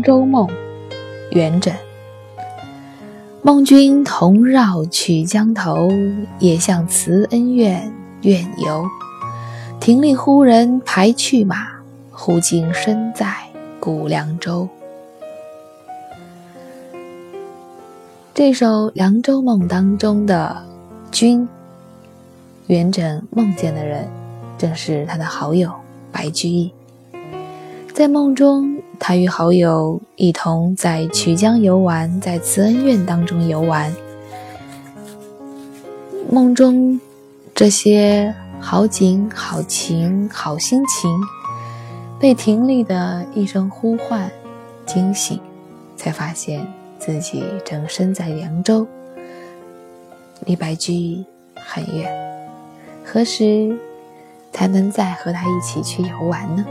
州梦》元稹。梦君同绕曲江头，也向辞恩怨怨尤。庭里忽人排去马，忽竟身在古凉州。这首《凉州梦》当中的君，元稹梦见的人正是他的好友白居易。在梦中，他与好友一同在曲江游玩，在慈恩院当中游玩。梦中这些好景、好情、好心情被庭里的一声呼唤惊醒，才发现自己正身在凉州，离白居易很远，何时才能再和他一起去游玩呢？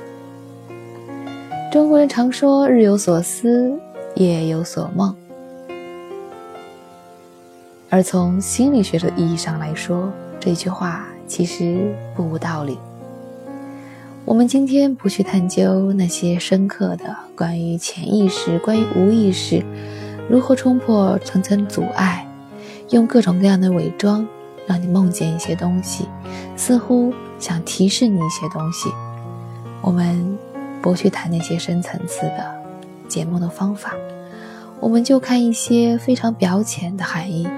中国人常说日有所思，夜有所梦，而从心理学的意义上来说，这句话其实不无道理。我们今天不去探究那些深刻的关于潜意识、关于无意识如何冲破层层阻碍，用各种各样的伪装让你梦见一些东西，似乎想提示你一些东西。我们不去谈那些深层次的解梦的方法，我们就看一些非常表浅的含义。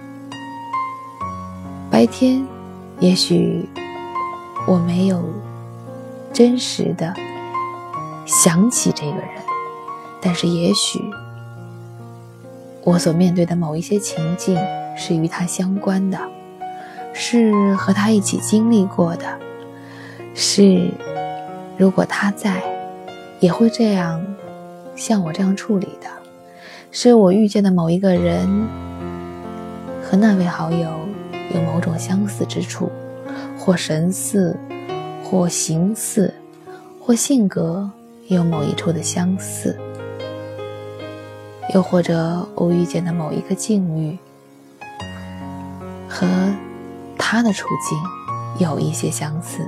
白天也许我没有真实的想起这个人，但是也许我所面对的某一些情境是与他相关的，是和他一起经历过的，是如果他在也会这样像我这样处理的，是我遇见的某一个人和那位好友有某种相似之处，或神似，或形似，或性格有某一处的相似，又或者我遇见的某一个境遇和他的处境有一些相似。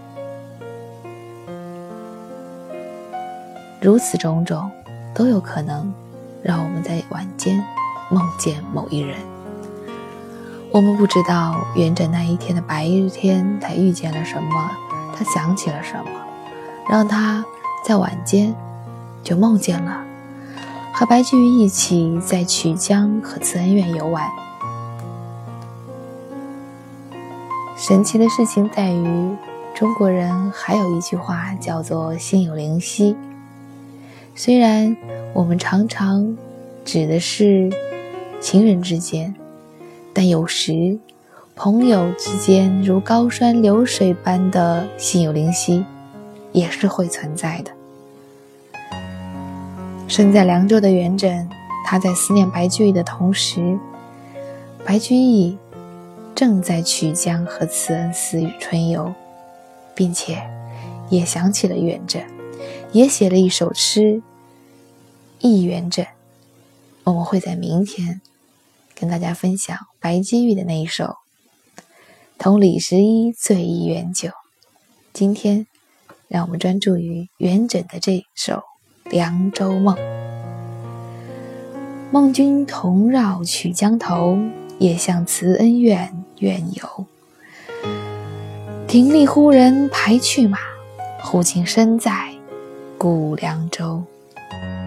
如此种种都有可能让我们在晚间梦见某一人。我们不知道元稹那一天的白日天他遇见了什么，他想起了什么，让他在晚间就梦见了和白居易一起在曲江和慈恩院游玩。神奇的事情在于，中国人还有一句话叫做心有灵犀。虽然我们常常指的是情人之间，但有时朋友之间如高山流水般的心有灵犀也是会存在的。身在凉州的元稹，他在思念白居易的同时，白居易正在曲江和慈恩寺与春游，并且也想起了元稹，也写了一首诗忆元稹。我们会在明天跟大家分享白居易的那一首同李时依醉忆元酒。今天让我们专注于元稹的这首《凉州梦》。梦君同绕曲江头，也向慈恩院怨尤。庭里忽人排去马，忽竟身在古凉州。